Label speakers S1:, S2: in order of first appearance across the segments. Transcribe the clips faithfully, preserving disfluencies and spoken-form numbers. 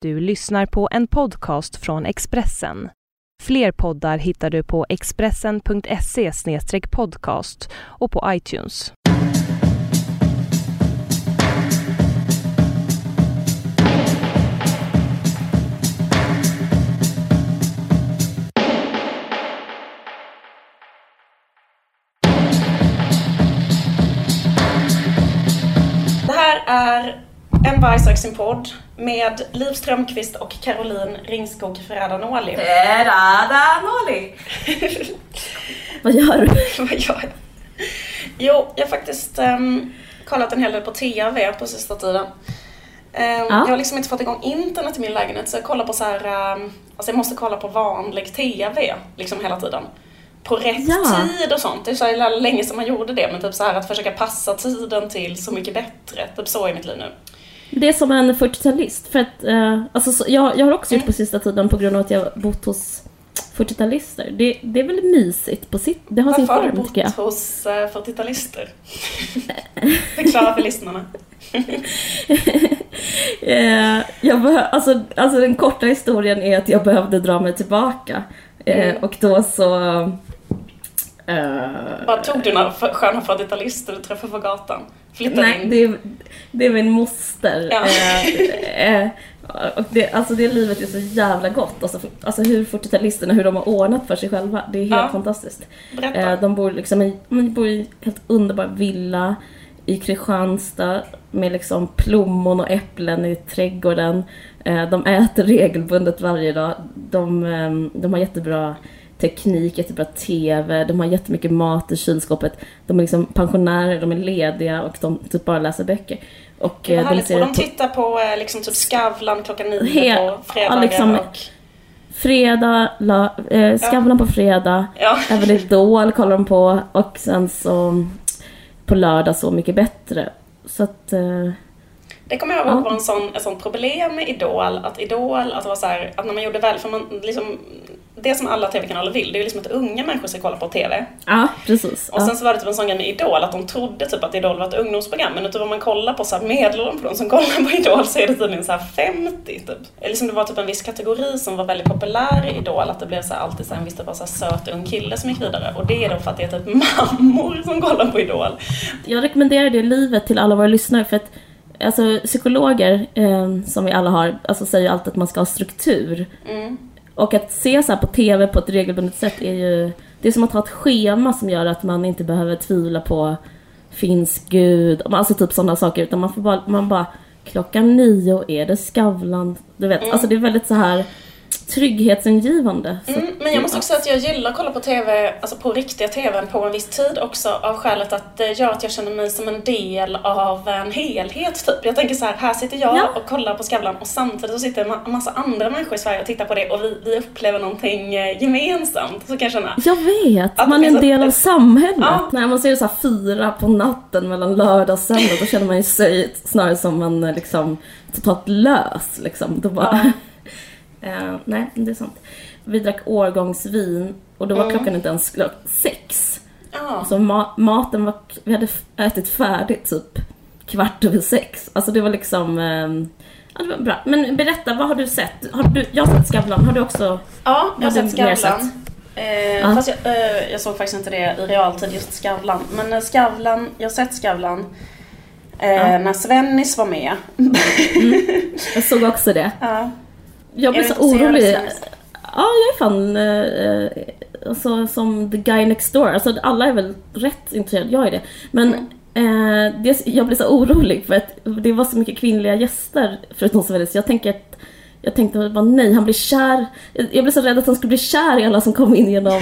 S1: Du lyssnar på en podcast från Expressen. Fler poddar hittar du på expressen punkt se slash podcast och på iTunes.
S2: Det här är En varg söker sin podd med Liv Strömqvist och Caroline Ringskog Ferrada-Noli.
S3: Ferrada-Noli! Vad gör du?
S2: Vad gör jag? Jo, jag har faktiskt um, kollat en hel del på T V på sista tiden. Um, ja. Jag har liksom inte fått igång internet i min lägenhet, så jag kollar på så här, um, alltså jag måste kolla på vanlig T V liksom hela tiden. På rätt ja. tid och sånt. Det är så här länge som man gjorde det, men typ så här att försöka passa tiden till Så mycket bättre. Typ så i mitt liv nu.
S3: Det är som en fyrtiotalist. För att, uh, alltså, så, jag, jag har också mm. gjort på sista tiden på grund av att jag har bott hos fyrtiotalister. Det, det är väl mysigt på sitt. Det har
S2: Varför
S3: sin form,
S2: har du bott
S3: tycker jag.
S2: hos uh, fyrtiotalister? Förklara för lyssnarna. uh, jag behö- alltså, alltså den korta historien är att jag behövde dra mig tillbaka. Mm. Uh, och då så... Uh, Vad tog du några sköna fyrtiotalister du träffade på gatan? Flyttade
S3: nej,
S2: in?
S3: Det är, det är min moster. Ja. Uh, uh, och det, alltså det livet är så jävla gott. Alltså, alltså hur fyrtiotalisterna, hur de har ordnat för sig själva. Det är helt ja. fantastiskt. Uh, de bor liksom i, de bor i helt underbar villa i Kristianstad med liksom plommon och äpplen i trädgården. Uh, de äter regelbundet varje dag. De, um, de har jättebra teknik, jättebra tv, de har jättemycket mat i kylskåpet. De är liksom pensionärer, de är lediga och de typ bara läser böcker. Och
S2: de, de, ser och de tittar på liksom typ Skavlan klockan nio he- på fredagar. Ja, liksom, och...
S3: fredag, la, eh, Skavlan ja. på fredag, ja. även Idol kollar de på, och sen så på lördag Så mycket bättre. Så att... Eh,
S2: det kommer jag ihåg var en sån, ett sånt problem med Idol, att Idol, att det var så här, att när man gjorde väl, för man liksom, det som alla tv-kanaler vill, det är ju liksom att unga människor ska kolla på tv.
S3: Ja, precis.
S2: Och
S3: ja.
S2: sen så var det typ en sån grej med Idol, att de trodde typ att Idol var ett ungdomsprogram, men utan om man kollar på så här medelåldern på de som kollar på Idol så är det tydligen så här femtio typ. Eller som det var typ en viss kategori som var väldigt populär i Idol, att det blev så här, alltid så här, en viss typ av så här söt ung kille som gick vidare. Och det är då för att det är typ mammor som kollar på Idol.
S3: Jag rekommenderar det livet till alla våra lyssnare, för att alltså psykologer eh, som vi alla har, alltså säger alltid att man ska ha struktur. Mm. Och att se så här på tv på ett regelbundet sätt är ju, det är som att ha ett schema som gör att man inte behöver tvivla på finns Gud, alltså typ sådana saker, utan man får bara, man bara klockan nio är det Skavlan, du vet, mm. alltså det är väldigt så här trygghetsingivande.
S2: Mm, men jag måste också säga att jag gillar att kolla på tv, alltså på riktiga tvn på en viss tid också, av skälet att det gör att jag känner mig som en del av en helhet typ. Jag tänker så här, här sitter jag ja. och kollar på Skavlan, och samtidigt så sitter en massa andra människor i Sverige och tittar på det, och vi, vi upplever någonting gemensamt. Så kan jag känna.
S3: Jag vet, att man är en del av samhället. Ja. När man ser så här fyra på natten mellan lördag och söndag, då känner man ju sig snarare som man liksom totalt lös liksom. Då bara... Ja. Uh, nej, det är sant. Vi drack årgångsvin och då var mm. klockan inte ens sex. Oh. Så ma- maten var, vi hade ätit färdigt typ kvart över sex. Alltså det var liksom, uh, ja, det var bra. Men berätta, vad har du sett? Har du, jag har sett Skavlan, har du också?
S2: Ja, jag har sett Skavlan. Eh, uh. Fast jag, uh, jag såg faktiskt inte det i realtid, just Skavlan. Men uh, Skavlan, jag har sett Skavlan uh, uh. när Svennis var med.
S3: mm. Jag såg också det. Ja. Uh. Jag blir så orolig. Ja, jag är fan eh, alltså, som the guy next door. Alltså, alla är väl rätt intresserade. Jag är det. Men mm. eh, det, jag blir så orolig för att det var så mycket kvinnliga gäster förutom Svennis. Jag tänker att jag tänkte bara nej, han blir kär. Jag blev så rädd att han skulle bli kär i alla som kom in genom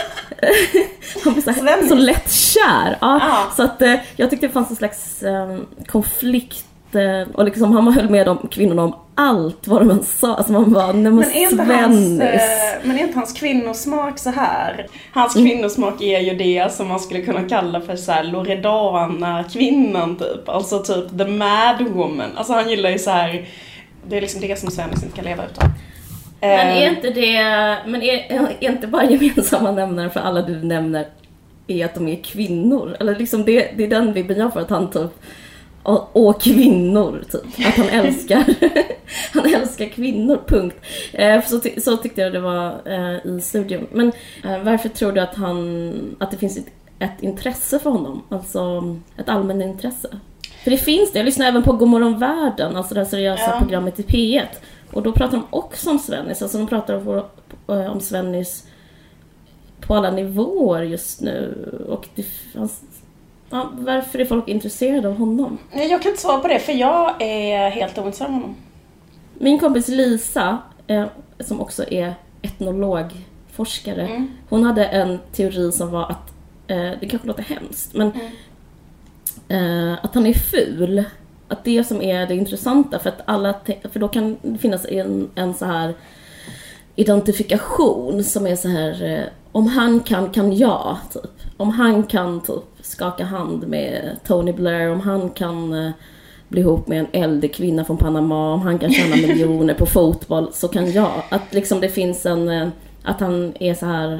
S3: han blir så, så lätt kär. Ja, ah. Så att eh, jag tyckte det fanns en slags eh, konflikt. Och liksom han höll med om kvinnorna om allt vad de sa. Alltså man bara, nej, men, är inte hans,
S2: men är inte hans kvinnosmak så här? Hans mm. kvinnosmak är ju det som man skulle kunna kalla för så här Loredana-kvinnan typ. Alltså typ the mad woman. Alltså han gillar ju så här, det är liksom det som Svennis inte kan leva utan.
S3: Men är inte det, men är, är inte bara gemensamma nämnare för alla du nämner är att de är kvinnor? Eller liksom det, det är den vibben jag får, att han typ och, och kvinnor typ. Att han älskar han älskar kvinnor, punkt. Eh, så, ty- så tyckte jag det var eh, i studion. Men eh, varför tror du att han att det finns ett, ett intresse för honom? Alltså ett allmänt intresse? För det finns det. Jag lyssnar även på Godmorgon Världen, alltså det här seriösa ja. programmet i P ett. Och då pratar de också om Svennis. Alltså de pratar om, om Svennis på alla nivåer just nu. Och det fanns, ja, varför är folk intresserade av honom?
S2: Jag kan inte svara på det, för jag är helt ointresserad av honom.
S3: Min kompis Lisa, eh, som också är etnologforskare, mm. hon hade en teori som var att, eh, det kanske låter hemskt, men mm. eh, att han är ful. Att det som är det intressanta, för att alla te- för då kan det finnas en, en så här identifikation som är så här, eh, om han kan, kan jag typ. Om han kan typ skaka hand med Tony Blair, om han kan eh, bli ihop med en äldre kvinna från Panama, om han kan tjäna miljoner på fotboll, så kan jag. Att liksom det finns en, eh, att han är så här,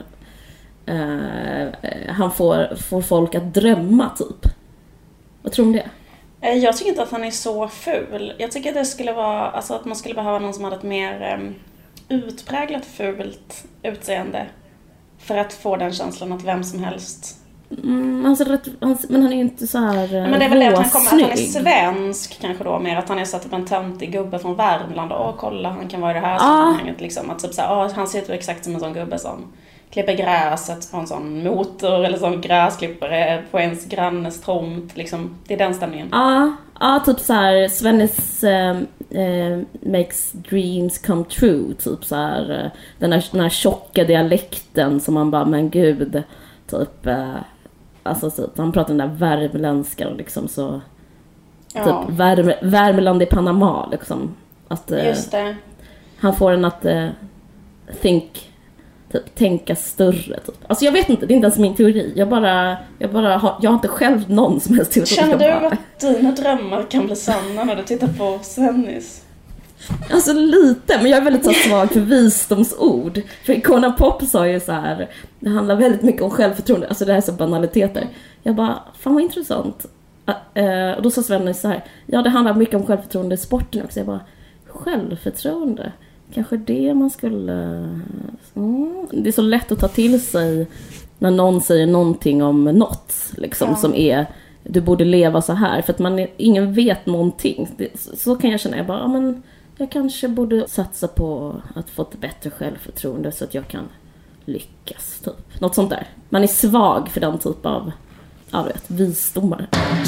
S3: eh, han får, får folk att drömma typ. Vad tror du om det?
S2: Jag tycker inte att han är så ful. Jag tycker att det skulle vara, alltså att man skulle behöva någon som hade ett mer um, utpräglat fult utseende för att få den känslan att vem som helst.
S3: Mm, alltså, han, men han är ju inte så här uh,
S2: men det är väl det att han, kommer, att han är svensk kanske då, mer att han är så typ en töntig gubbe från Värmland. Åh, kolla, han kan vara i det här ah. sammanhanget liksom. Att typ så här, åh, han ser ut exakt som en sån gubbe som klipper gräset på en sån motor eller sån gräsklippare på ens grannes tomt liksom. Det är den stämningen.
S3: Ja, ja, typ så här Svennis uh, uh, makes dreams come true, typ så här uh, den här, den här tjocka dialekten som man bara, men gud, typ uh, alltså typ, han pratar den där värmländska liksom, så ja. Typ Värme, Värmeland i Panama liksom, att uh,
S2: just det.
S3: Han får en att uh, think typ tänka större typ. Alltså jag vet inte, det är inte ens min teori. Jag bara jag bara har, jag har inte själv någon som helst teori.
S2: Känner du
S3: bara...
S2: att dina drömmar kan bli sanna när du tittar på Svennis?
S3: Alltså lite, men jag är väldigt så svag för visdomsord. För Icona Pop sa ju så här, det handlar väldigt mycket om självförtroende. Alltså det här är så banaliteter. Jag bara, fan vad intressant. Uh, och då sa Svennis så här, ja det handlar mycket om självförtroende i sporten också. Jag bara, självförtroende? Kanske det man skulle... Mm. Det är så lätt att ta till sig när någon säger någonting om något liksom, ja. Som är, du borde leva så här. För att man är, ingen vet någonting. Det, så kan jag känna, jag bara, ja, men jag kanske borde satsa på att få ett bättre självförtroende så att jag kan lyckas. Typ. Något sånt där. Man är svag för den typ av, jag vet, visdomar.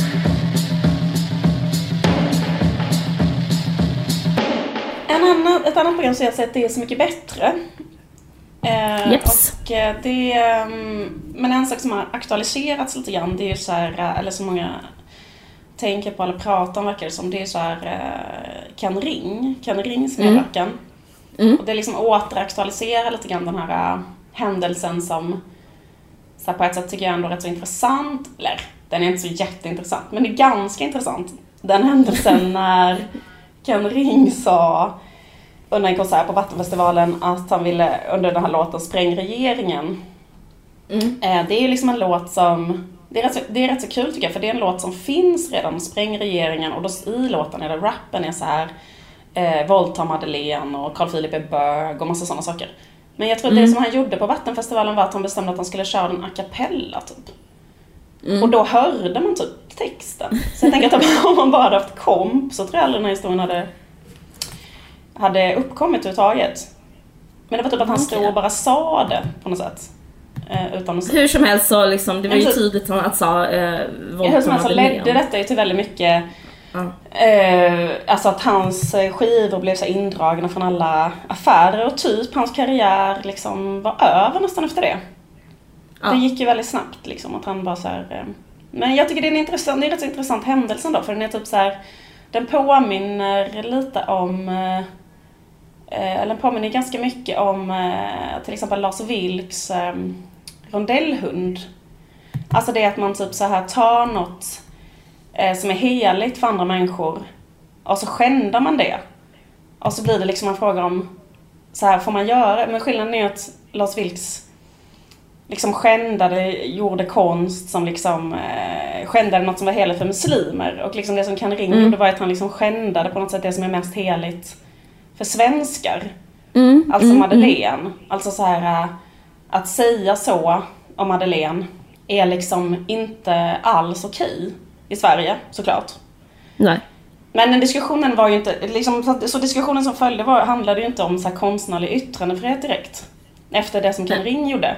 S2: En annan, ett annat program som jag sett, det är Så mycket bättre. Eh,
S3: Jeps.
S2: Och det, men en sak som har aktualiserats lite grann, det är ju så här, eller så många tänker på eller pratar om, verkar det som, det är så här Ken Ring, Ken Rings medverkan. Mm. Mm. Och det är liksom återaktualiserar lite grann den här händelsen som så här, på ett sätt tycker jag ändå rätt så intressant. Eller, den är inte så jätteintressant, men det är ganska intressant. Den händelsen när Ken Ring sa under en konsert på Vattenfestivalen att han ville under den här låten Spräng regeringen. Mm. Det är ju liksom en låt som, det är, rätt så, det är rätt så kul tycker jag, för det är en låt som finns redan, Spräng regeringen, och då i låten är det rappen är så här eh, våldta Madeleine och Carl Philip är bög och massa sådana saker. Men jag tror att mm. det som han gjorde på Vattenfestivalen var att han bestämde att han skulle köra den a cappella typ. Mm. Och då hörde man typ texten. Så jag tänker att om man bara hade haft komp så tror jag aldrig den här historien hade, hade uppkommit överhuvudtaget. Men det var typ att han okay. stod och bara sa det på något sätt. Eh, utan att...
S3: Hur som helst så liksom, det var ju tydligt att han sa eh,
S2: ja, hur som helst så ledde detta ju till väldigt mycket mm. eh, alltså att hans skivor blev så indragna från alla affärer och typ hans karriär liksom var över nästan efter det. Ja. Det gick ju väldigt snabbt liksom, att han bara så här, eh, men jag tycker det är en intressant, det är en rätt intressant händelse då, för den är typ så här, den påminner lite om eh, eller den påminner ganska mycket om eh, till exempel Lars Vilks eh, rondellhund. Alltså det är att man typ så här tar något eh, som är heligt för andra människor och så skändar man det. Och så blir det liksom en fråga om så här får man göra, men skillnaden är att Lars Vilks liksom skändade, gjorde konst som liksom eh, skändade något som var heligt för muslimer. Och liksom det som Ken Ring mm. gjorde var att han liksom skändade på något sätt det som är mest heligt för svenskar. Mm. Alltså mm. Madeleine. Mm. Alltså så här, att säga så om Madeleine är liksom inte alls okej i Sverige, såklart.
S3: Nej.
S2: Men den diskussionen var ju inte, liksom, så diskussionen som följde var, handlade ju inte om så här konstnärlig yttrandefrihet direkt. Efter det som Ken Ring gjorde.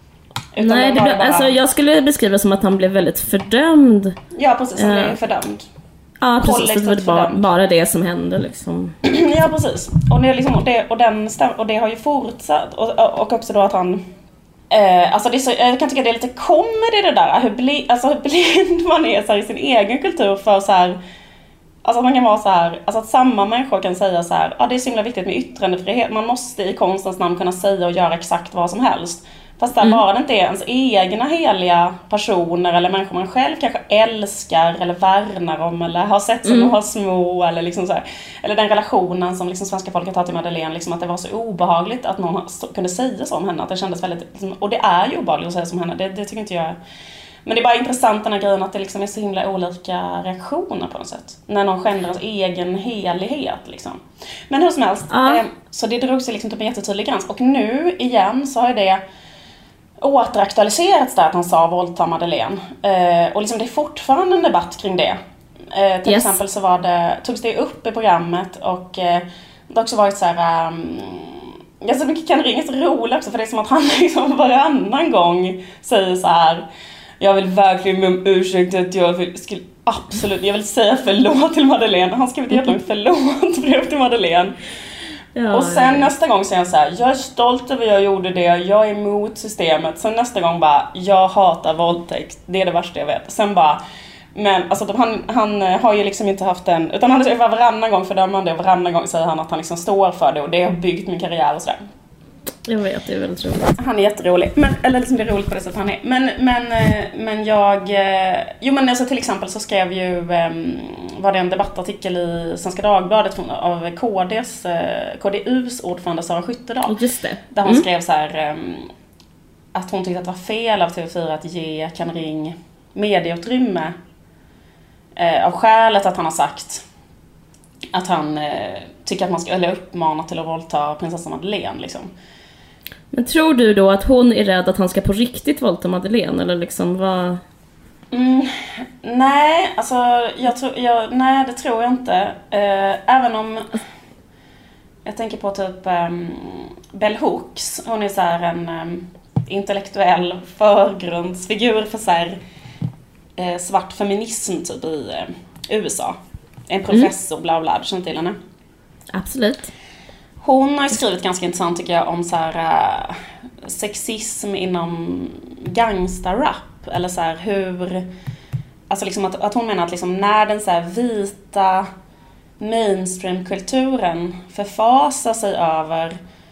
S3: Utan Nej, det blev, bara... alltså, jag skulle beskriva det som att han blev väldigt fördömd.
S2: Ja, precis, han blev uh, fördömd.
S3: Ja, precis, det var bara, bara det som hände liksom.
S2: Ja, precis. Och det, liksom, och det, och den stäm, och det har ju fortsatt. Och, och också då att han... Eh, alltså det är så, jag kan tycka det är lite comedy det där. Hur, bli, alltså, hur blind man är så här, i sin egen kultur för så här... Alltså man kan vara så här, alltså att samma människor kan säga så här, ja, det är så himla viktigt med yttrandefrihet. Man måste i konstens namn kunna säga och göra exakt vad som helst. Fast där mm. bara det inte är ens egna heliga personer eller människor man själv kanske älskar eller värnar om eller har sett som mm. har små eller liksom så här, eller den relationen som liksom svenska folket har till Madeleine, liksom att det var så obehagligt att någon kunde säga så om henne, att det kändes väldigt liksom, och det är ju obehagligt att säga som henne, det, det tycker inte jag. Men det är bara intressant den här grejen att det liksom är så himla olika reaktioner på något sätt. När någon skänder ens egen helighet liksom. Men hur som helst, ah. eh, så det drog sig liksom typ en jättetydlig gräns. Och nu igen så har det återaktualiserats där att han sa våldta Madeleine. Eh, och liksom det är fortfarande en debatt kring det. Eh, till yes. exempel så var det, togs det upp i programmet och eh, det har också varit så här... Um, jag så mycket Ken Ring är så rolig också, för det är som att han liksom varannan gång säger så här: jag vill verkligen med om ursäkt att jag vill, skulle absolut, jag vill säga förlåt till Madeleine. Han skrev ett jättelångt förlåt brev till Madeleine. Ja, och sen ja. nästa gång säger han så här: jag är stolt över att jag gjorde det, jag är emot systemet. Sen nästa gång bara, jag hatar våldtäkt, det är det värsta jag vet. Sen bara, men alltså han, han har ju liksom inte haft en, utan han är varannan gång fördömande och varannan gång säger han att han liksom står för det och det har byggt min karriär och sådär.
S3: Jag vet, det är väldigt roligt.
S2: Han är jätterolig. Men, eller liksom det är roligt på det sättet han är. Men, men, men jag... Jo men alltså till exempel så skrev ju... Var det en debattartikel i Svenska Dagbladet av K D:s, K D U:s ordförande Sara Skyttedal.
S3: Just det.
S2: Där hon
S3: mm.
S2: skrev så här... Att hon tyckte att det var fel av T V fyra att ge Ken Ring medieutrymme. Av skälet att han har sagt att han tycker att man ska, eller uppmana till att våldta prinsessan Madeleine liksom.
S3: Men tror du då att hon är rädd att han ska på riktigt våldta Madeleine? Eller liksom vad...
S2: Mm, nej, alltså jag tror, jag, nej det tror jag inte. Eh, även om jag tänker på typ um, Bell Hooks. Hon är så här en um, intellektuell förgrundsfigur för så här, eh, svart feminism typ i eh, U S A. En professor, mm. bla bla, du känner till henne?
S3: Absolut.
S2: Hon har skrivit ganska intressant tycker jag om så här, uh, sexism inom gangsta-rap. Eller så här hur... Alltså liksom att, att hon menar att liksom när den så här vita mainstream-kulturen förfasar sig över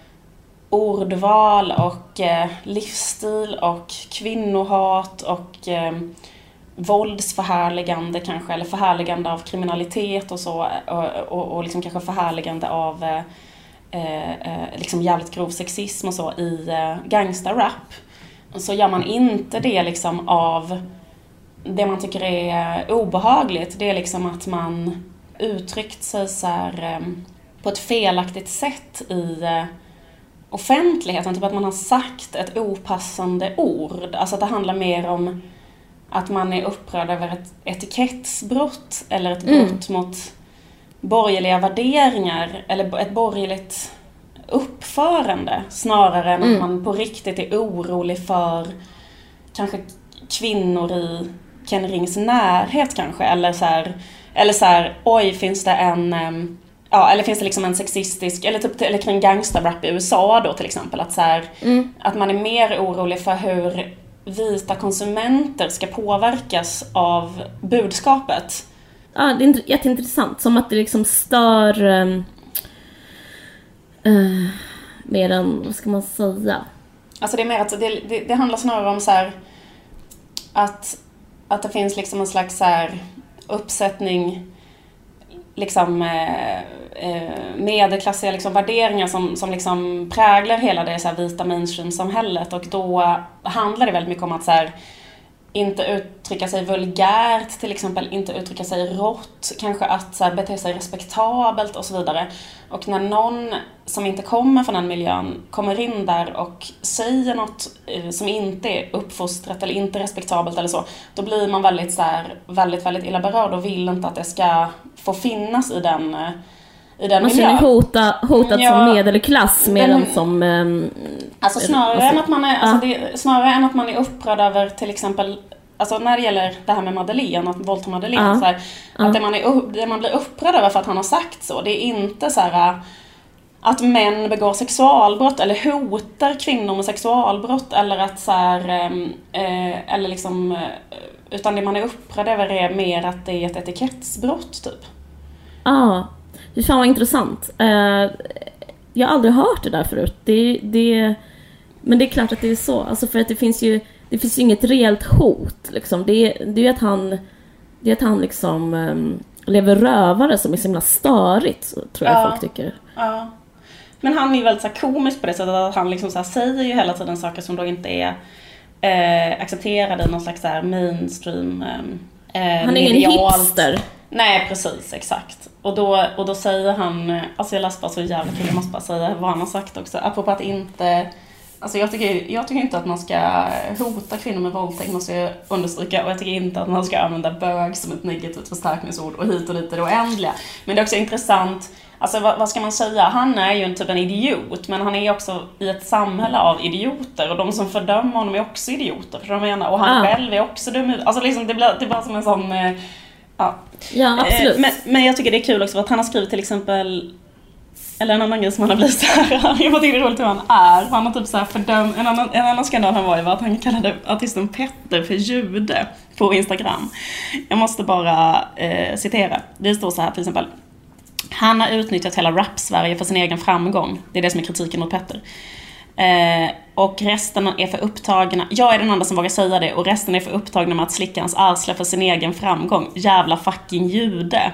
S2: ordval och eh, livsstil och kvinnohat och eh, våldsförhärligande kanske, eller förhärligande av kriminalitet och så, och, och, och liksom kanske förhärligande av eh, eh, liksom jävligt grov sexism och så i eh, gangsta-rap, så gör man inte det liksom av det man tycker är obehagligt. Det är liksom att man uttryckt sig så här, eh, på ett felaktigt sätt i eh, offentligheten, typ att man har sagt ett opassande ord. Alltså att det handlar mer om att man är upprörd över ett etikettsbrott eller ett brott mm. mot borgerliga värderingar eller ett borgerligt uppförande, snarare än mm. att man på riktigt är orolig för kanske kvinnor i Ken Rings närhet kanske, eller så här, eller så här, oj, finns det en ja, eller finns det liksom en sexistisk, eller typ eller kring gangsterrap i U S A då till exempel, att så här, mm. att man är mer orolig för hur vita konsumenter ska påverkas av budskapet.
S3: Ja, det är jätteintressant. Som att det liksom stör um, uh, mer än, vad ska man säga?
S2: Alltså det är mer att det, det, det handlar snarare om så här, att, att det finns liksom en slags så här uppsättning liksom eh, eh, medelklassiga liksom värderingar som, som liksom präglar hela det så här vita mainstream-samhället, och då handlar det väldigt mycket om att så här, inte uttrycka sig vulgärt till exempel, inte uttrycka sig rått, kanske att så här, bete sig respektabelt och så vidare. Och när någon som inte kommer från den miljön kommer in där och säger något eh, som inte är uppfostrat eller inte respektabelt eller så, då blir man väldigt så här, väldigt, väldigt illa berörd och vill inte att det ska få finnas i den eh, i den
S3: man
S2: miljön.
S3: känner hota, hotat ja, som medelklass mer än som um,
S2: alltså snarare alltså, än att man är alltså ja. det, snarare än att man är upprörd över till exempel alltså när det gäller det här med Madeleine, att våldta Madeleine
S3: ja.
S2: så här,
S3: ja.
S2: att det man är det man blir upprörd över för att han har sagt så, det är inte så här att män begår sexualbrott eller hotar kvinnor med sexualbrott eller att så här eh, eller liksom utan det man är upprörd över är mer att det är ett etikettsbrott typ.
S3: Ja. Det fan vad intressant. Uh, jag har aldrig hört det där förut. Det, det, men det är klart att det är så. Alltså för att det finns ju det finns ju inget reellt hot. Liksom. Det, det är ju att han, det är att han liksom, um, lever rövare som är så himla störigt, tror jag ja, folk tycker.
S2: Ja. Men han är ju väldigt så här komisk på det sättet att han liksom så här säger ju hela tiden saker som då inte är eh, accepterade i någon slags så här mainstream eh,
S3: han är ingen hipster.
S2: Nej, precis, exakt. Och då, och då säger han, alltså jag läste bara så jävla kul, jag måste bara säga vad han har sagt också. Apropå att inte, alltså jag tycker, jag tycker inte att man ska hota kvinnor med våldtäkt, måste jag understryka. Och jag tycker inte att man ska använda bög som ett negativt förstärkningsord och hit och dit det oändliga. Men det är också intressant, alltså vad, vad ska man säga? Han är ju en typ en idiot, men han är också i ett samhälle av idioter. Och de som fördömer honom är också idioter, för de menar. Och han ah. själv är också dum. Alltså liksom, det blir det bara som en sån... Ja,
S3: ja absolut.
S2: Men, men jag tycker det är kul också för att han har skrivit till exempel, eller en annan grej som han har blivit så här, jag tycker det är roligt hur han är. Han har typ så här fördöm, en annan, en annan skandal han var i var att han kallade artisten Petter för jude på Instagram. Jag måste bara eh, citera. Det står så här till exempel: han har utnyttjat hela rap-Sverige för sin egen framgång. Det är det som är kritiken mot Petter. Eh, och resten är för upptagna. Jag är den enda som vågar säga det. Och resten är för upptagna med att slicka hans arsle för sin egen framgång. Jävla fucking jude,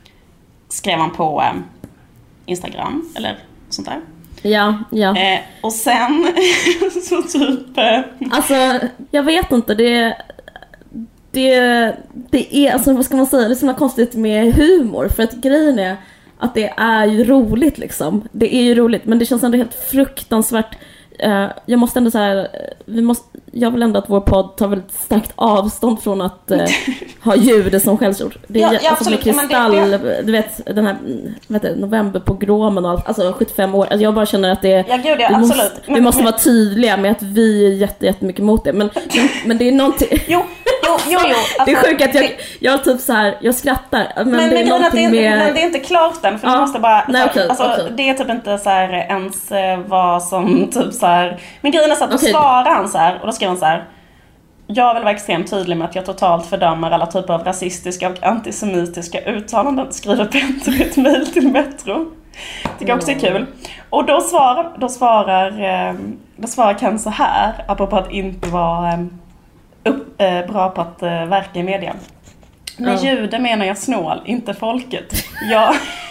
S2: skrev han på eh, Instagram eller sånt där.
S3: Ja, ja.
S2: eh, Och sen så typ eh,
S3: alltså, jag vet inte. Det, det, det är, alltså vad ska man säga, det är så konstigt med humor. För att grejen är att det är ju roligt liksom. Det är ju roligt, men det känns ändå helt fruktansvärt. Uh, jag måste ändå så här, vi måste, jag vill ändå att vår podd tar väldigt starkt avstånd från att uh, ha ljud som skällsord. Det är ja, ja, alltså med kristall, det, det... du vet den här vet du, novemberpogromen och allt, alltså sjuttiofem år. Alltså jag bara känner att det,
S2: ja, gud, ja,
S3: vi
S2: måste,
S3: men, vi måste men... vara tydliga med att vi är jätte, jättemycket emot det. Men, men, men det är någonting.
S2: Jo, jo, jo, jo.
S3: Alltså, det är sjukt att jag, jag typ så här, jag skrattar. Men, men, det, är
S2: men,
S3: det, är,
S2: med... men det är inte klart än, för ja, du måste bara,
S3: nej,
S2: här,
S3: okay,
S2: alltså,
S3: okay.
S2: det är typ inte så här ens vad som typ så här. Men grejen är så att okay. Då svarar han så här, och då skriver han så här: jag vill vara extremt tydlig med att jag totalt fördömer alla typer av rasistiska och antisemitiska uttalanden, skriver Petter i ett mejl till Metro. Tycker jag också är kul. Och då svarar, då svarar, då svarar Ken så här, apropå att inte vara upp, äh, bra på att äh, verka i media. Med mm. jude menar jag snål, inte folket. Jag...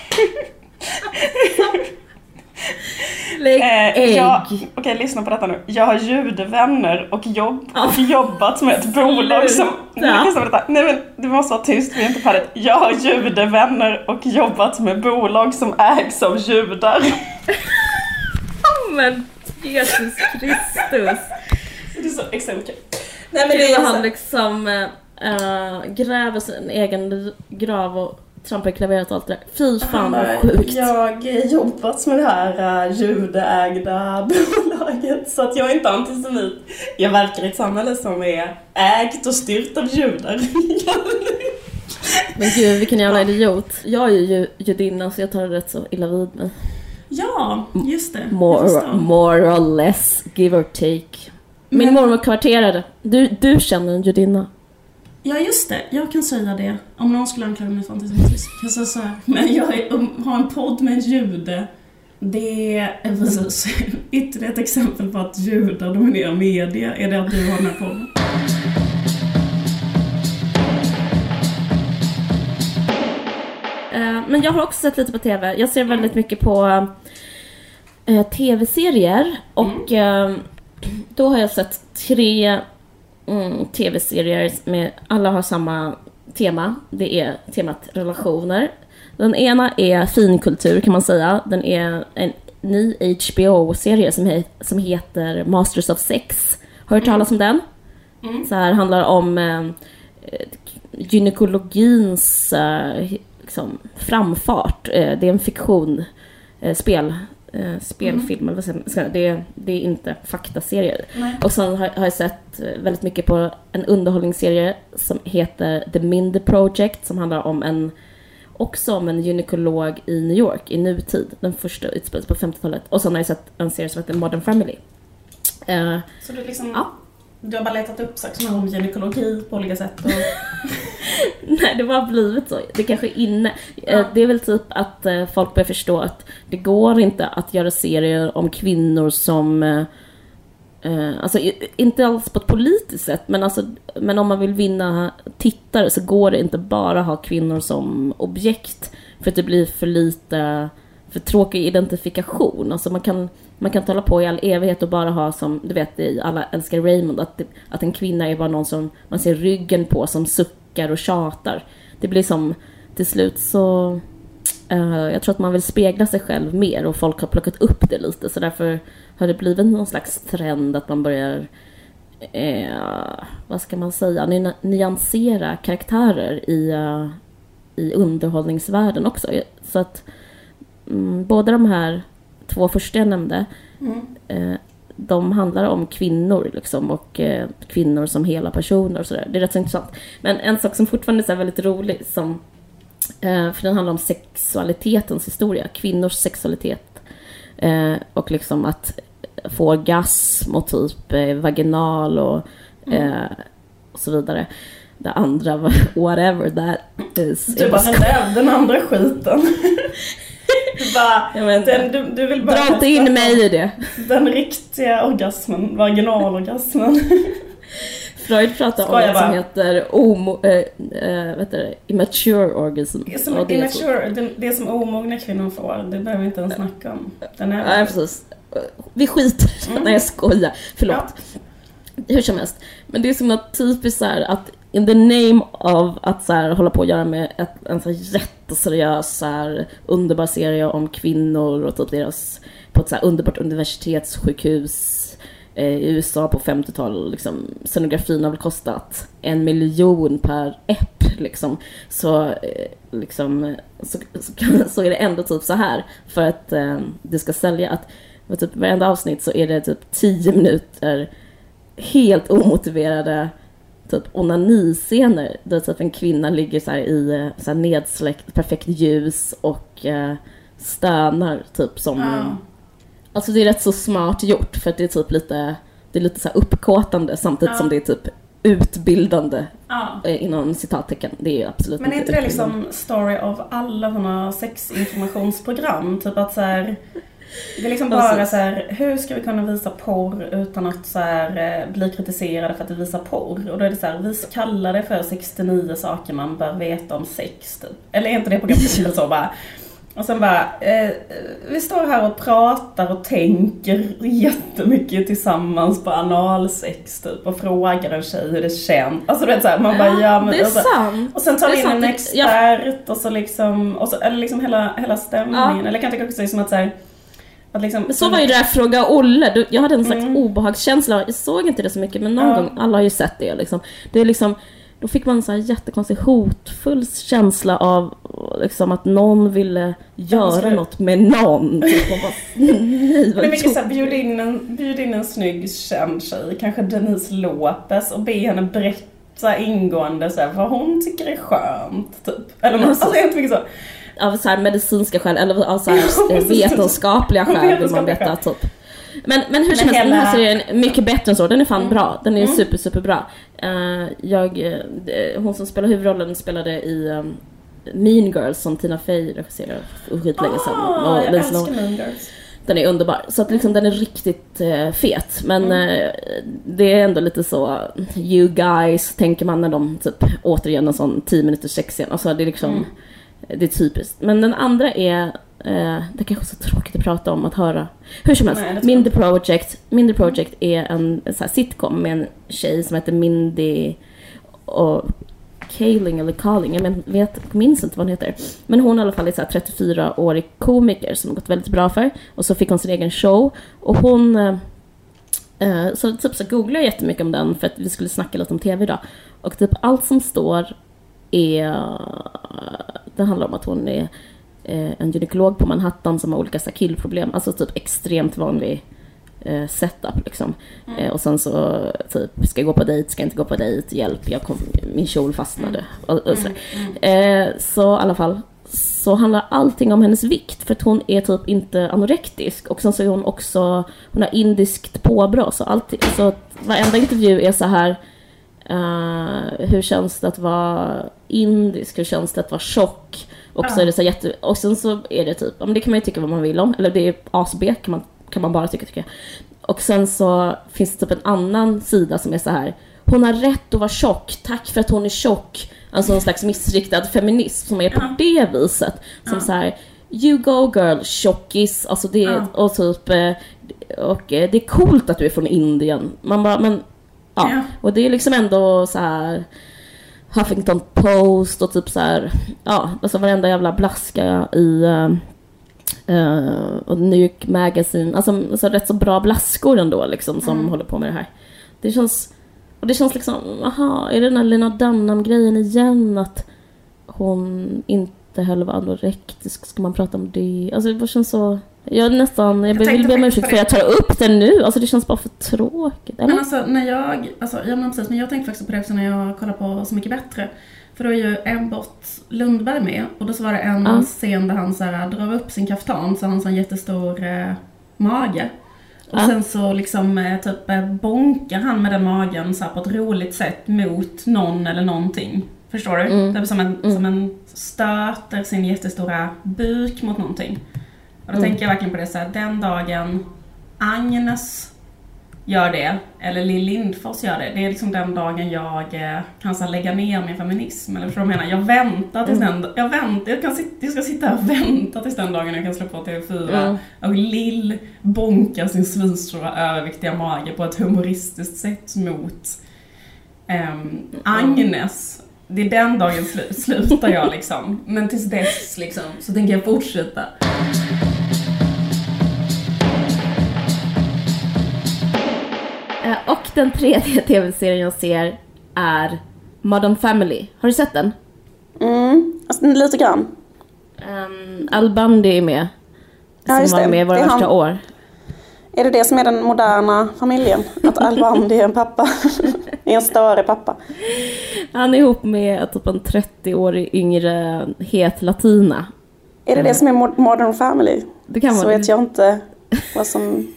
S3: Lägg ägg.
S2: Eh, Okej, okay, lyssna på detta nu. Jag har judevänner och, jobb, och oh. jobbat med ett bolag som... Nej, lyssna på detta. Nej, men du måste vara tyst, vi är inte färdigt. Jag har judevänner och jobbat med bolag som ägs av judar.
S3: Men Jesus Kristus.
S2: Det är så exempel.
S3: Nej, men det är han liksom äh, gräver sin egen grav och trampar i klaveret och allt det där. Fy fan vad sjukt.
S2: Jag har jobbat med det här uh, judeägda bolaget, så att jag är inte antisemit. Jag verkar i ett samhälle som är ägt och styrt av judar.
S3: Men gud, vilken jävla idiot. Jag är ju judinna, så jag tar det rätt så illa vid mig.
S2: Ja, just det.
S3: More, more or less, give or take. Min Men... mormor kvarterade. Du, du känner en judinna.
S2: Ja, just det. Jag kan säga det. Om någon skulle anklaga mig för antisemitism. Jag säger så här. Men jag är, har en podd med en jude. Det är precis ytterligare ett exempel på att judar dominerar media. Är det att du har den här podden?
S3: Uh, men jag har också sett lite på tv. Jag ser väldigt mycket på uh, tv-serier. Och uh, då har jag sett tre... mm, tv-serier med alla har samma tema. Det är temat relationer. Den ena är finkultur kan man säga. Den är en ny H B O-serie som, he- som heter Masters of Sex. Har du hört talas om den? Mm. Så här handlar om eh, gynekologins eh, liksom, framfart. Eh, det är en fiktion, eh, spel, eh, spelfilm. Mm. Eller vad säger man? Det, det är inte faktaserier. Nej. Och sen har, har jag sett väldigt mycket på en underhållningsserie som heter The Minder Project, som handlar om en också om en gynekolog i New York i nutid. Den första utspelas på femtiotalet. Och sen har jag sett en serie som heter Modern Family. Uh,
S2: Så du liksom... Ja. Du har bara letat upp saker som om gynekologi på olika sätt? Och...
S3: Nej, det har blivit så. Det kanske är inne. Ja. Det är väl typ att folk börjar förstå att det går inte att göra serier om kvinnor som... Uh, alltså inte alls på ett politiskt sätt, men, alltså, men om man vill vinna tittare så går det inte bara ha kvinnor som objekt, för att det blir för lite, för tråkig identifikation. Alltså man kan, man kan tala på i all evighet och bara ha som, du vet, i Alla älskar Raymond, att, det, att en kvinna är bara någon som man ser ryggen på, som suckar och tjatar. Det blir som, till slut så uh, jag tror att man vill spegla sig själv mer, och folk har plockat upp det lite, så därför har det blivit någon slags trend att man börjar eh, vad ska man säga, ny- nyansera karaktärer i, uh, i underhållningsvärlden också. Så att mm, båda de här två första jag nämnde, mm. eh, de handlar om kvinnor liksom, och eh, kvinnor som hela personer och sådär. Det är rätt så intressant. Men en sak som fortfarande är så väldigt rolig, som, eh, för den handlar om sexualitetens historia, kvinnors sexualitet. Eh, och liksom att få orgasm och typ eh, vaginal och, eh, mm. och så vidare. Det andra var whatever that is.
S2: Du bara, den, den andra skiten. Du bara, den, du, du vill bara
S3: dra inte in mig i det.
S2: Den riktiga orgasmen, vaginalorgasmen.
S3: Freud pratar om det som heter omo, äh, äh, vet du, immature orgasm.
S2: Det som, det, immature, det, det som omogna kvinnor får, det behöver vi inte ens snacka om. Den är
S3: ja, precis. Vi skiter mm. när jag skojar. Förlåt. Ja. Hur som helst. Men det är som något typiskt så här, att in the name of att så här, hålla på att göra med ett, en så här jätteseriös så här, underbar serie om kvinnor och typ deras på ett så här underbart universitetssjukhus i U S A på femtiotalet, liksom, scenografin har väl kostat en miljon per epp, liksom. Så, liksom, så, så, så är det ändå typ så här, för att eh, det ska sälja, att för typ varenda avsnitt så är det typ tio minuter helt omotiverade typ onaniscener där typ en kvinna ligger så här i så här nedsläckt perfekt ljus och eh, stönar typ som mm. Alltså det är rätt så smart gjort, för att det är typ lite, det är lite så här uppkåtande samtidigt ja. som det är typ utbildande ja. inom citattecken. Det är absolut.
S2: Men är inte det liksom story of alla såna sexinformationsprogram, typ att så här, det är liksom bara så här, hur ska vi kunna visa porr utan att så här bli kritiserade för att vi visar porr? Och då är det så här, vi kallar det för sextionio saker man bör veta om sex typ. Eller är inte det programmet så bara. Och sen bara, eh, vi står här och pratar och tänker jättemycket tillsammans på analsex typ, och frågar en tjej hur det känns. Alltså du vet såhär, man bara, ja men...
S3: Det är
S2: och, så,
S3: sant.
S2: Och sen tar vi in
S3: sant.
S2: en expert ja. och så liksom, och så, eller liksom hela, hela stämningen. Ja. Eller kan jag tycka också som att såhär, att liksom...
S3: Men så var ju det där Fråga Olle. Jag hade en slags mm. obehagskänsla. Jag såg inte det så mycket, men någon ja. gång, alla har ju sett det liksom. Det är liksom... Då fick man en så här jättekonstig hotfull känsla av liksom att någon ville göra något med någon. Typ man bara, nej,
S2: det är mycket så här, bjud in en, bjud in en snygg känd tjej, kanske Denise Lopez, och be henne berätta ingående så här, vad hon tycker är skönt. Typ. Eller något, alltså helt mycket så.
S3: Av så här medicinska skäl, eller av så här vetenskapliga skäl vill man veta typ. Men, men hur som helst, hela... den här serien är mycket bättre än så. Den är fan mm. bra. Den är mm. super, super bra. Uh, jag, uh, hon som spelar huvudrollen spelade i um, Mean Girls, som Tina Fey regisserade för skitlänge sedan.
S2: Oh, och jag älskar Mean Girls.
S3: Den är underbar. Så att liksom, den är riktigt uh, fet. Men mm. uh, det är ändå lite så, you guys, tänker man när de typ återigen en sån tio minuters sexscen. Alltså det är liksom, mm. det är typiskt. Men den andra är Eh, det kanske är så tråkigt att prata om, att höra. Hur som helst,
S2: Nej,
S3: Mindy Project. Mindy Project är en, en så här sitcom med en tjej som heter Mindy och Kaling eller Carling, jag men, vet, minns inte vad hon heter. Men hon i alla fall är så här trettiofyra-årig komiker som har gått väldigt bra för. Och så fick hon sin egen show. Och hon... Eh, så typ så googlade jag jättemycket om den för att vi skulle snacka lite om tv idag. Och typ allt som står är... Det handlar om att hon är eh, en gynekolog på Manhattan som har olika så här, killproblem. Alltså typ extremt vanlig eh, setup liksom. Mm. Eh, och sen så typ, ska jag gå på dejt, ska jag inte gå på dejt, hjälp, jag kom, min kjol fastnade. Mm. Och, och så. Mm. Eh, så i alla fall så handlar allting om hennes vikt för att hon är typ inte anorektisk. Och sen så är hon också, hon har indiskt påbrå. Så, alltid, så varenda intervju är så här... Uh, hur känns det att vara indisk? Hur känns det att vara tjock? Och ja. så är det så jätte... Och sen så är det typ... Ja, men det kan man ju tycka vad man vill om. Eller det är A C B kan man, kan man bara tycka, tycka. Och sen så finns det typ en annan sida som är så här... Hon har rätt att vara tjock. Tack för att hon är tjock. Alltså en slags missriktad feminism som är på ja. det viset. Som ja. så här... You go girl, tjockis. Alltså det är... Ja. Och typ... Och det är coolt att du är från Indien. Man bara... men Ja, ja, och det är liksom ändå så här Huffington Post och typ så här, ja, alltså varenda jävla blaska i uh, uh, och New York Magazine, alltså, alltså rätt så bra blaskor ändå liksom som mm. håller på med det här. Det känns, och det känns liksom, aha, är det den här Lena Dunham-grejen igen att hon inte heller var anorektisk, ska man prata om det? Alltså det känns så... Jag nästan, jag, jag vill be om ursäkt för att jag tar upp det nu. Alltså det känns bara för tråkigt. Eller?
S2: Men alltså när jag, alltså, ja, men precis, men jag tänkte faktiskt på det också när jag kollade på Så mycket bättre. För då är ju Ebbot Lundberg med. Och då så var det en ja. scen där han så här, drar upp sin kaftan så han har en jättestor eh, mage. Och ja. sen så liksom eh, typ eh, bonkar han med den magen så här, på ett roligt sätt mot någon eller någonting. Förstår du? Mm. Det är som en, mm. som en stöter sin jättestora buk mot någonting. Och då mm. tänker jag verkligen på det så här, den dagen Agnes gör det, eller Lill Lindfors gör det, det är liksom den dagen jag eh, kan så här, lägga ner min feminism. Eller för jag menar, jag väntar tills mm. den, jag väntar, jag, kan sitta, jag ska sitta och vänta tills den dagen jag kan slå på T V fyra. Mm. Och Lill bonkar sin svinstora överviktiga mage på ett humoristiskt sätt mot um, Agnes. Det är den dagen sl- slutar jag liksom. Men tills dess liksom, så tänker jag fortsätta.
S3: Och den tredje tv-serien jag ser är Modern Family. Har du sett den?
S2: Mm, alltså lite grann.
S3: Um, Al Bundy är med. Som
S2: ja, just
S3: var med våra första han... år.
S2: Är det det som är den moderna familjen? Att Al Bundy är en pappa? Är en större pappa?
S3: Han är ihop med typ en trettio-årig yngre het latina.
S2: Är det det som är Modern Family?
S3: Det kan man.
S2: Så vet jag inte vad som...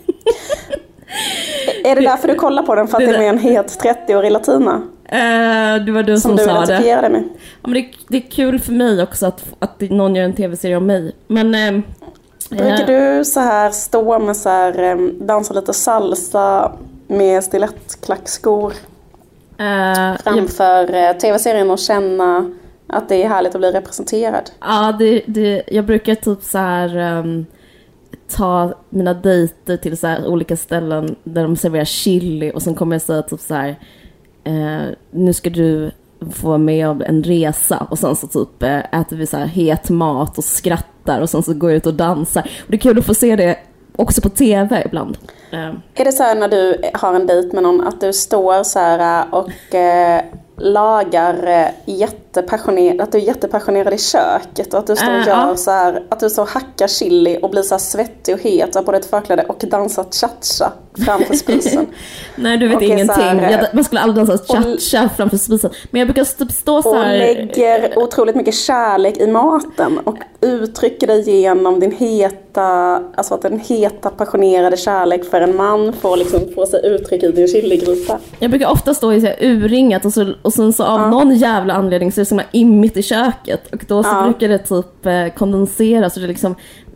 S2: Är det därför du kollar på den? För att det är med en het trettio-årig latina?
S3: Uh, det var du som, som
S2: du
S3: sa det.
S2: Med.
S3: Ja, men det, det är kul för mig också att, att någon gör en tv-serie om mig. Men... Uh,
S2: Brukar du så här stå med så här, dansa lite salsa med stilettklackskor uh, framför jag... tv-serien och känna att det är härligt att bli representerad?
S3: Ja, det, det, jag brukar typ så här... Um, ta mina dejter till så här olika ställen där de serverar chili och sen kommer jag säga typ så här eh, nu ska du få vara med om en resa och sen så typ eh, äter vi så här het mat och skrattar och sen så går jag ut och dansar. Och det är kul att få se det också på tv ibland. Eh.
S2: Är det så här när du har en dejt med någon att du står så här och eh, lagar eh, jättepassionerad, att du är jättepassionerad i köket och att du står och gör uh, så här, att du så hackar chili och blir så här svettig och het och har både ett förkläde och dansar cha-cha framför spisen?
S3: Nej, du vet och ingenting. Här, jag, man skulle aldrig dansa cha-cha och, framför spisen. Men jag brukar typ stå så här...
S2: Och lägger otroligt mycket kärlek i maten och uttrycker det genom din heta, alltså att den heta passionerade kärlek för en man får liksom få sig uttryck i din chiligryta.
S3: Jag brukar ofta stå i så här urringat och så och sen så av ja. någon jävla anledning så är det som immigt i köket och då så ja. brukar det typ eh, kondensera så det liksom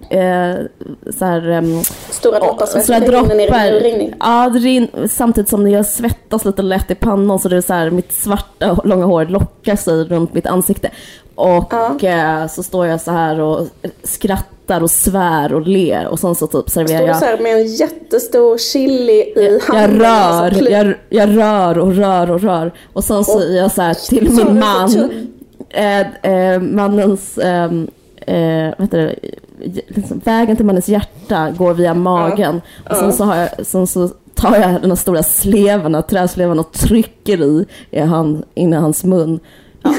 S3: eh, så här, um,
S2: stora droppar svett.
S3: Stora droppar. Ja, det rin, samtidigt som jag svettas lite lätt i pannan så det är så här, mitt svarta långa hår lockar sig runt mitt ansikte. Och ja. eh, så står jag så här och skrattar och svär och ler och sen så typ serverar jag.
S2: Står så här med en jättestor chili i
S3: jag,
S2: handen.
S3: Jag rör, jag, jag rör och rör och rör. Och sen så säger jag så här till min man, eh, eh, mannens, eh, eh, vad heter det, liksom, vägen till mannens hjärta går via magen. Ja. Och sen så, har jag, sen så tar jag den här stora slevarna, träslevarna och trycker i, i han, in i hans mun. Ja.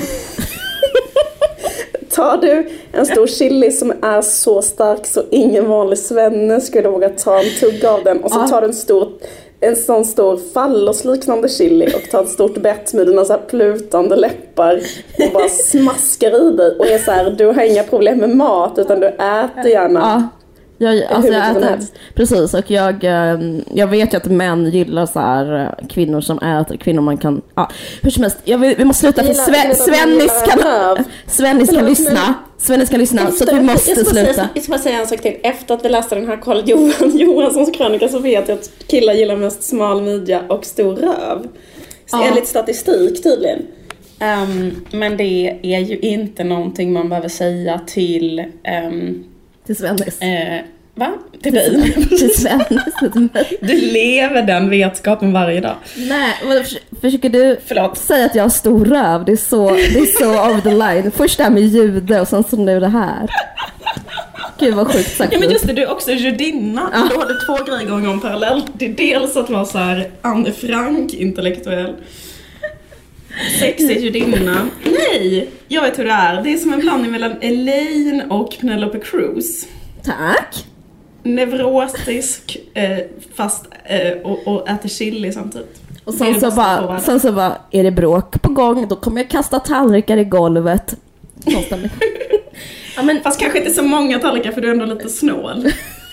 S2: Tar du en stor chili som är så stark så ingen vanlig svenne skulle våga ta en tugga av den och så tar du en stor, en sån stor fallosliknande chili och tar ett stort bett med dina så här plutande läppar och bara smaskar i dig och är så här, du har inga problem med mat utan du äter gärna.
S3: Ja. Jag, alltså jag äter, precis, och jag, jag vet ju att män gillar så här kvinnor som äter, kvinnor man kan, ja, hur som helst, jag vill, vi måste sluta för Sven, Svennis kan, Svennis kan lyssna, Svennis kan lyssna, så att vi måste jag sluta.
S2: Säga, jag ska bara säga en sak till, efter att vi läste den här Carl Johan Johanssons krönika så vet jag att killar gillar mest smal midja och stor röv. Så ja. Enligt statistik tydligen. Um, men det är ju inte någonting man behöver säga till... Um,
S3: Till Svennis.
S2: Eh, va? Till dig?
S3: Till Svennis.
S2: Du lever den vetskapen varje dag.
S3: Nej, försöker du Förlåt. säga att jag har stor röv? Det är så, det är så over the line. Först det här med jude och sen så nu det här. Gud vad sjukt sagt.
S2: Ja men just det, du är också judinna. Ja. Du hade två grejer gånger om parallellt. Det är dels att vara så här Anne Frank intellektuell. Sexig judinna. Nej, jag vet hur det är. Det är som en blandning mellan Elaine och Penelope Cruz.
S3: Tack.
S2: Neurotisk eh, fast eh, och, och äter chili samtidigt.
S3: Och sen så, bara, sen så bara, är det bråk på gång, då kommer jag kasta tallrikar i golvet.
S2: Ja, men, fast kanske inte så många tallrikar för du är ändå lite snål.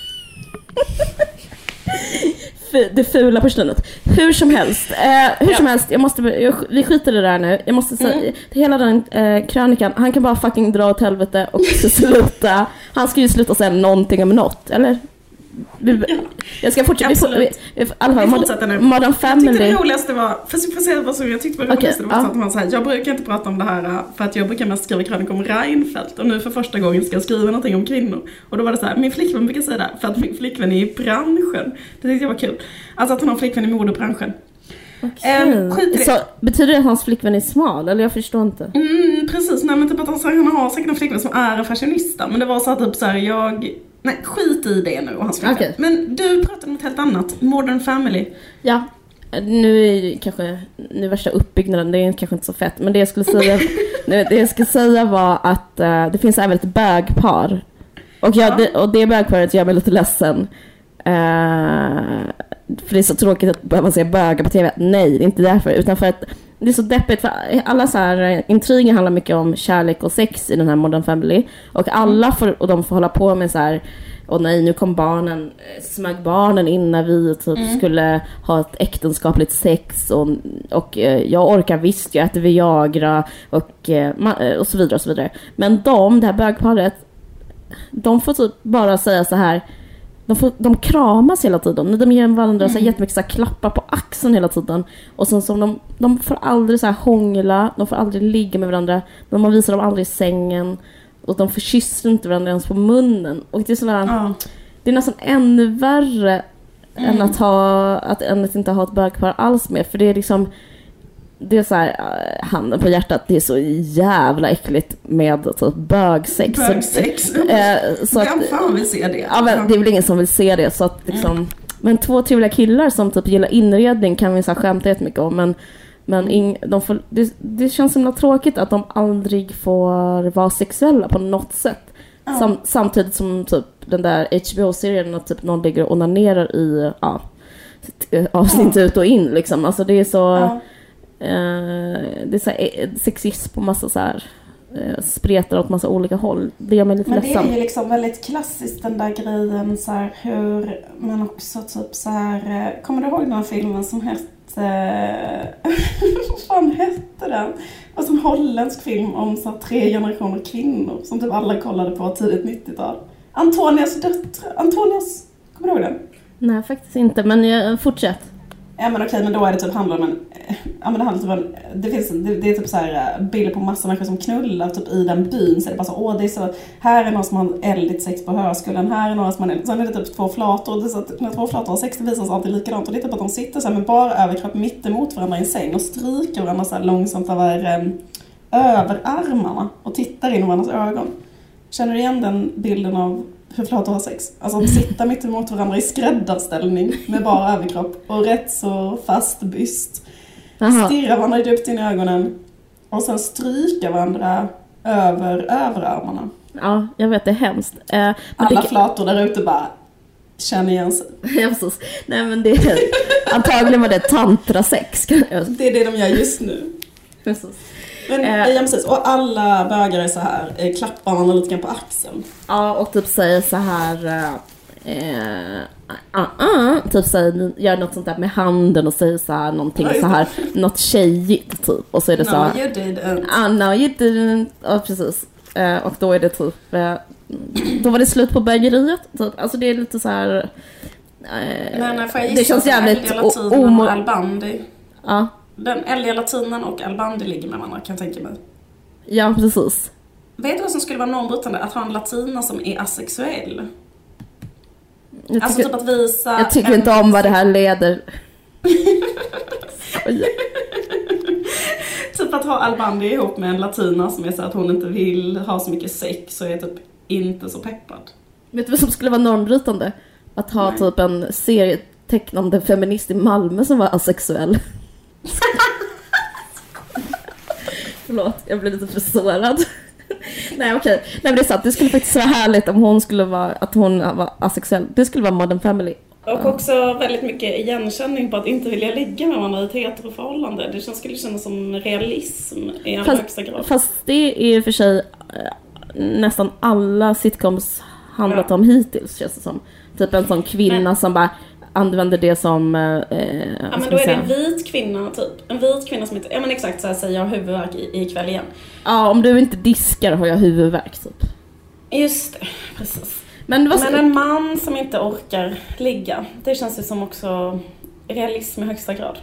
S3: Det fula personet. Hur som helst, eh, hur ja. som helst, jag måste, jag, vi skiter i det där nu. Jag måste säga, mm. hela den eh, krönikan, han kan bara fucking dra åt helvete och sluta. Han ska ju sluta säga någonting om något, eller? Vi, ja. Jag ska fortsätta.
S2: Absolut.
S3: Vi, vi, alla,
S2: vi fortsätter nu.
S3: Modern Family.
S2: Jag tyckte det roligaste var, fast jag får säga vad som jag tyckte det var roligaste okay. var att man så här, jag brukar inte prata om det här för att jag brukar mest skriva krönikor om Reinfeldt och nu för första gången ska jag skriva någonting om kvinnor. Och då var det så här, min flickvän brukar säga det för att min flickvän är i branschen. Det tyckte jag var kul. Alltså att hon har flickvän i modebranschen.
S3: Okay. Um, så betyder det att hans flickvän är smal? Eller jag förstår inte.
S2: Mm, precis, nej men typ att han, han har säkert en flickvän som är en fashionista. Men det var så att typ så här, jag... Nej, skit i det nu och hans flickvän. Okay. Men du pratade om ett helt annat. Modern Family.
S3: Ja, nu är det kanske nu värsta uppbyggnaden, det är kanske inte så fett. Men det jag skulle säga, det jag skulle säga var att uh, det finns även ett bögpar. Och, jag, ja. det, och det bögparet gör mig lite ledsen. Uh, för det är så tråkigt att behöva säga bögar på tv. Nej, det är inte därför. Utan för att det är så deppigt. För alla så här intriger handlar mycket om kärlek och sex i den här Modern Family. Och alla får, och de får hålla på med så här. Och nej, nu kom barnen, smög barnen in när vi typ mm. skulle ha ett äktenskapligt sex. Och, och jag orkar visst, jag äter Viagra och, och så vidare och så vidare. Men de, det här bögparet, de får typ bara säga så här. De, får, de kramas hela tiden. De ger varandra mm. så här jättemycket så här klappar på axeln hela tiden. Och sen så de, de får aldrig så här hångla. De får aldrig ligga med varandra. De visar dem aldrig i sängen. Och de får kyssa inte varandra ens på munnen. Och det är sådär, oh. det är nästan ännu värre mm. än, att ha, att, än att inte ha ett bögpar alls med. För det är liksom, det är så här, handen på hjärtat, det är så jävla äckligt med typ bögsex.
S2: Bögsex?
S3: äh, så
S2: Vem fan vill se det?
S3: Ja, men det är väl ingen som vill se det. Så att liksom, mm. Men två trevliga killar som typ gillar inredning kan vi så här skämta jättemycket om. Men, men ing, de får, det, det känns så tråkigt att de aldrig får vara sexuella på något sätt. Mm. Sam, samtidigt som typ den där H B O-serien att typ någon ligger och onanerar i ja, avsnitt mm. ut och in liksom. Alltså det är så... Mm. Uh, det är så här, sexism på massa så här uh, spretar åt massa olika håll. Det gör mig lite
S2: men
S3: ledsen.
S2: Det är ju liksom väldigt klassiskt den där grejen så här, hur man också typ så här, uh, kommer du ihåg den här filmen som hette uh, vad fan hette den? Alltså en holländsk film om så här, tre generationer kvinnor som typ alla kollade på tidigt nittiotal. Antonias döttrar. Antonias, kommer du ihåg den?
S3: Nej, faktiskt inte, men jag fortsätt.
S2: Ja men okej, men då är det typ handlar om en, ja men det handlar typ om, det finns, det, det är typ så här bilder på massa människor som knullar typ i den byn, så är det bara så, åh det är så, här är någon som har eldigt sex på hörskullen, här är några som har eldigt, sen är det typ två flator, det är så att när två flator har sex, det visar sig alltid likadant, och det är typ att de sitter så här med bara överkropp mitt emot varandra i en säng och stryker varandra så här långsamt över, um, över armarna och tittar in i varandras ögon. Känner du igen den bilden av hur flator har sex? Alltså att sitta mitt emot varandra i skräddarställning med bara överkropp och rätt så fast byst. Aha. Stirra varandra djupt in i ögonen och sen stryka varandra över överarmarna.
S3: Ja, jag vet, det är hemskt. Eh, men
S2: Alla
S3: det...
S2: flator där ute bara känner igen sig.
S3: Ja, precis. Nej, men det är antagligen var det tantrasex.
S2: Det är det de gör just nu.
S3: Precis.
S2: Men, eh, ja, precis. Och alla bögar är så här, eh, klappar man lite grann på axeln.
S3: Ja, och typ säger så här eh, uh, uh, typ säger, gör något sånt där med handen och säger så här någonting så här, något tjejigt typ, och så är det så här,
S2: no, you didn't.
S3: Ah, no, you didn't. Ja, precis. Eh, och då är det typ eh, då var det slut på bögeriet typ. Alltså det är lite så här eh,
S2: men, men får jag
S3: det känns jävligt
S2: o- Albandi.
S3: Ja.
S2: Den älga latinen och Albandi ligger med varandra, kan jag tänka mig.
S3: Ja, precis.
S2: Vet du vad som skulle vara normbrytande? Att ha en latina som är asexuell.
S3: Jag
S2: alltså
S3: tycker,
S2: typ att visa...
S3: Jag tycker en... inte om vad det här leder.
S2: Typ att ha Albandi ihop med en latina som är så att hon inte vill ha så mycket sex, så är typ inte så peppad.
S3: Vet du vad som skulle vara normbrytande? Att ha Nej. typ en serietecknande feminist i Malmö som var asexuell. Förlåt, jag blev lite försårad. Nej, okej. Nej, men det är sant. Det skulle faktiskt vara härligt om hon skulle vara, att hon var asexuell. Det skulle vara Modern Family.
S2: Och också väldigt mycket igenkänning på att inte vilja ligga med varandra i ett heteroförhållande. Det känns, skulle kännas som realism i allra högsta grad.
S3: Fast det är för sig nästan alla sitcoms handlat ja. om hittills, känns det som. Typ en sån kvinna men, som bara använder det som... Eh,
S2: ja, men då är det en vit kvinna, typ. En vit kvinna som inte... Ja, men exakt så här säger jag huvudvärk i, i kväll igen.
S3: Ja, om du inte diskar har jag huvudvärk, typ.
S2: Just det, precis.
S3: Men, vad...
S2: men en man som inte orkar ligga, det känns ju som också realism i högsta grad.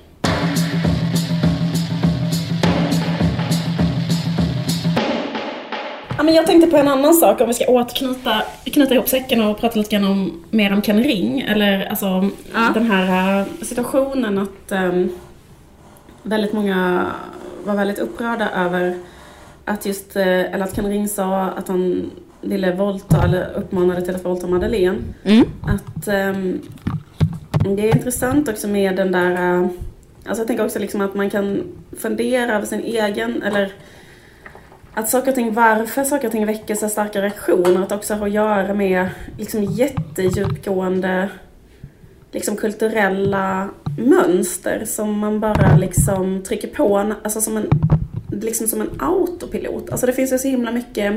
S2: Ja, men jag tänkte på en annan sak, om vi ska återknyta knyta ihop säcken och prata lite grann om, mer om Ken Ring. Eller alltså ja. den här situationen att um, väldigt många var väldigt upprörda över att just, eller att Ken Ring sa att han ville våldta eller uppmanade till att våldta Madeleine. Mm. Att um, det är intressant också med den där, uh, alltså jag tänker också liksom att man kan fundera över sin egen, eller att saker och ting, varför saker och ting väcker så starka reaktioner, att också ha att göra med liksom jättedjupgående liksom kulturella mönster som man bara liksom trycker på, alltså som en, liksom som en autopilot. Alltså det finns ju så himla mycket,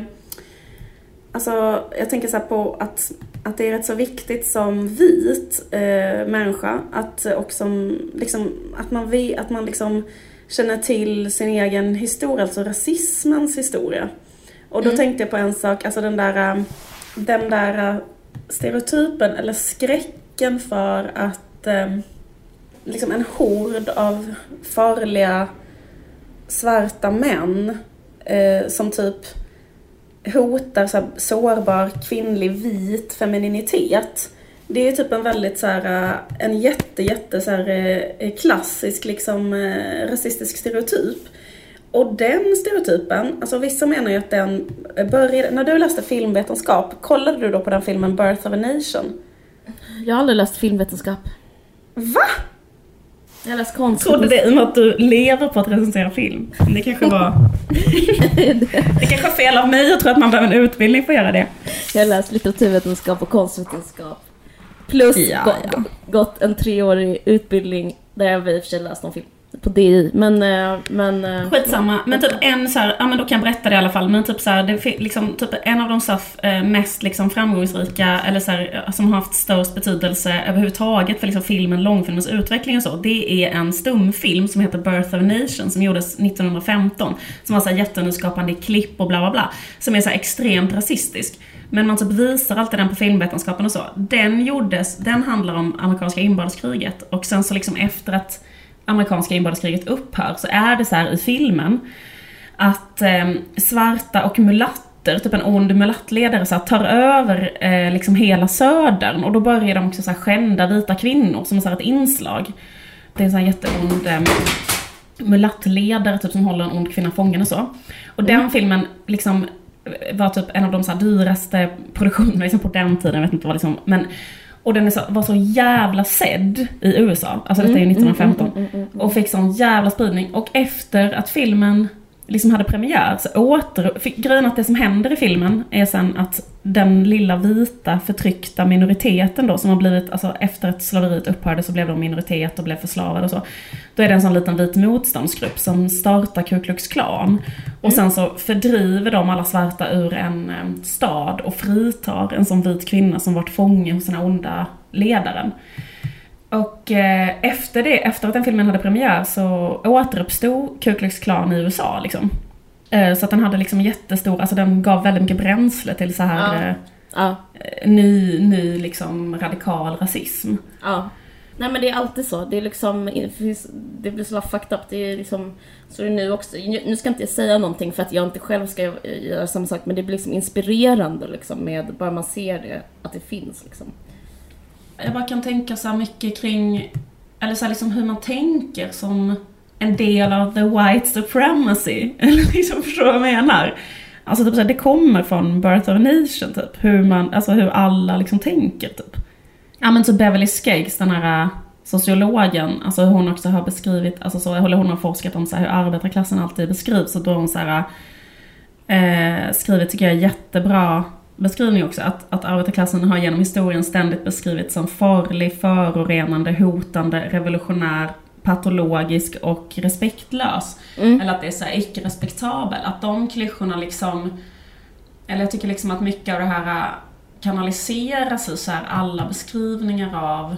S2: alltså jag tänker så här på att, att det är rätt så viktigt som vit eh, människa att också liksom, att man vet, att man liksom känner till sin egen historia, alltså rasismens historia. Och då mm. tänkte jag på en sak, alltså den där, den där stereotypen eller skräcken för att eh, liksom en hord av farliga svarta män eh, som typ hotar så här, sårbar kvinnlig vit femininitet. Det är typ en väldigt så här, en jätte jätte så här, klassisk liksom rasistisk stereotyp. Och den stereotypen, alltså vissa menar ju att den började, när du läste filmvetenskap, kollade du då på den filmen Birth of a Nation?
S3: Jag har aldrig läst filmvetenskap.
S2: Va?
S3: Jag läste konst.
S2: Trodde det i och med att du lever på att recensera film. Det kanske var det kanske är fel av mig. Jag tror att man behöver en utbildning för att göra det.
S3: Jag har läst litteraturvetenskap och konstvetenskap. Plus ja, gått, ja. gått en treårig utbildning där jag i och för sig läst om film. på D I, men... men
S4: skitsamma, men typ en så här, ja men då kan jag berätta det i alla fall, men typ så här, det liksom typ en av de så här, mest liksom framgångsrika, eller så här, som har haft störst betydelse överhuvudtaget för liksom filmen, långfilmens utveckling och så, det är en stumfilm som heter Birth of a Nation, som gjordes nittonhundrafemton, som var så här jättenyskapande klipp och bla bla bla, som är så här extremt rasistisk. Men man typ visar alltid den på filmvetenskapen och så. Den gjordes, den handlar om amerikanska inbördeskriget. Och sen så liksom efter att amerikanska inbördeskriget upphör så är det så här i filmen att eh, svarta och mulatter, typ en ond mulattledare, så här, tar över eh, liksom hela södern. Och då börjar de också så här skända vita kvinnor som är så här ett inslag. Det är en så här jätteond eh, mulattledare typ, som håller en ond kvinna fången och så. Och mm. den filmen liksom var typ en av de så här dyraste produktionerna liksom på den tiden, jag vet inte vad liksom, men och den är så, var så jävla sedd i U S A, alltså detta är ju nittonhundrafemton, mm, mm, mm, mm, och fick sån jävla spridning. Och efter att filmen liksom hade premiär så åter, grejen att det som händer i filmen är sen att den lilla vita förtryckta minoriteten då, som har blivit, alltså efter att slaveriet upphörde så blev de minoritet och blev förslavade och så, då är det en sån liten vit motståndsgrupp som startar Ku Klux Klan och sen så fördriver de alla svarta ur en stad och fritar en sån vit kvinna som varit fånge hos sina onda ledaren. Och eh, efter det, efter att den filmen hade premiär så återuppstod Ku Klux Klan i U S A liksom. Eh, så att den hade liksom jättestor, alltså den gav väldigt mycket bränsle till så här ja. Eh, ja. ny, ny liksom radikal rasism.
S3: Ja. Nej men det är alltid så, det är liksom, det blir så fucked up, det är liksom, så är det nu också, nu ska inte jag säga någonting för att jag inte själv ska göra samma sak, men det blir liksom inspirerande liksom med, bara man ser det, att det finns liksom.
S4: Jag bara kan tänka så här mycket kring, eller så här liksom hur man tänker som en del av the white supremacy. Eller liksom, förstår vad jag menar? Alltså typ så här, det kommer från Birth of a Nation typ. Hur man, alltså hur alla liksom tänker typ. Ja men så Beverly Skeggs, den här sociologen, alltså hon också har beskrivit, alltså så hon har forskat om så här, hur arbetarklassen alltid beskrivs. Och då har hon så här, eh, skrivit, tycker jag, jättebra beskrivning också, att, att arbetarklassen har genom historien ständigt beskrivits som farlig, förorenande, hotande, revolutionär, patologisk och respektlös. Mm. Eller att det är så här icke-respektabel. Att de klyschorna liksom, eller jag tycker liksom att mycket av det här kanaliseras i så här alla beskrivningar av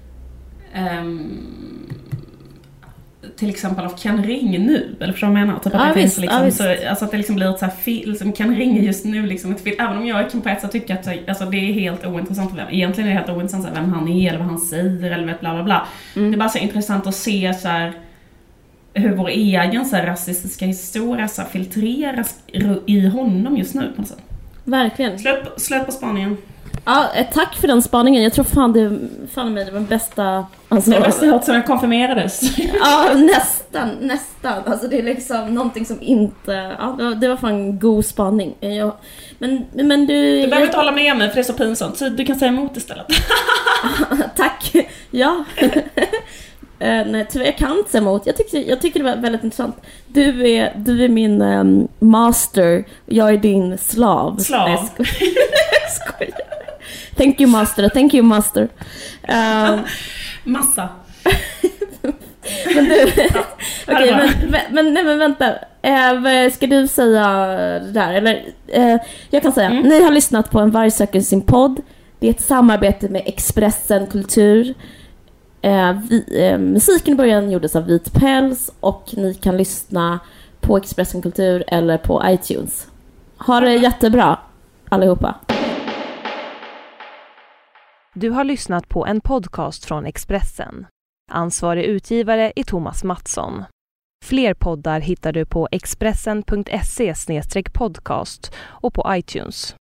S4: um, till exempel av Ken Ring nu, eller för jag menar typ att ja, det visst, finns liksom ja, så, alltså att det liksom blir ett så här film, liksom Ken Ring just nu liksom ett film, även om jag kan på ett sätt tycka att alltså, det är helt ointressant vem, egentligen är det helt ointressant så här, vem han är eller vad han säger eller bla bla bla. Mm. Det är bara så intressant att se så här, hur vår egen så här, rasistiska historia så här, filtreras i honom just nu på något sätt.
S3: Verkligen.
S4: Släpp, släpp på spaningen.
S3: Ja, tack för den spaningen. Jag tror fan det fan mig det var den bästa, alltså,
S4: det bästa hört som jag konfirmerades.
S3: Ja, nästan, nästan. Alltså det är liksom någonting som inte, ja, det var, det var fan en god spaning. Jag, men men du
S4: Du behöver jag, inte hålla med mig för det är så pinsamt. Så du kan säga emot istället.
S3: Tack. Ja. Uh, nej, tyvärr, jag kan inte säga emot. Jag tyckte, jag tyckte det var väldigt intressant. Du är, du är min um, master. Jag är din slav.
S4: Slav.
S3: Nej, skoj. Skojar. Thank you master. Thank you master. Uh,
S4: Massa.
S3: men du, ja, okej, okay, men, men, nej, men vänta. Uh, ska du säga det där? Eller, uh, jag kan säga, mm. Ni har lyssnat på En varg söker sin podd. Det är ett samarbete med Expressen Kultur. Eh, vi, eh, musiken i början gjordes av Vit Päls och ni kan lyssna på Expressen Kultur eller på iTunes. Ha det jättebra allihopa.
S1: Du har lyssnat på en podcast från Expressen. Ansvarig utgivare är Thomas Mattsson. Fler poddar hittar du på expressen punkt se slash podcast och på iTunes.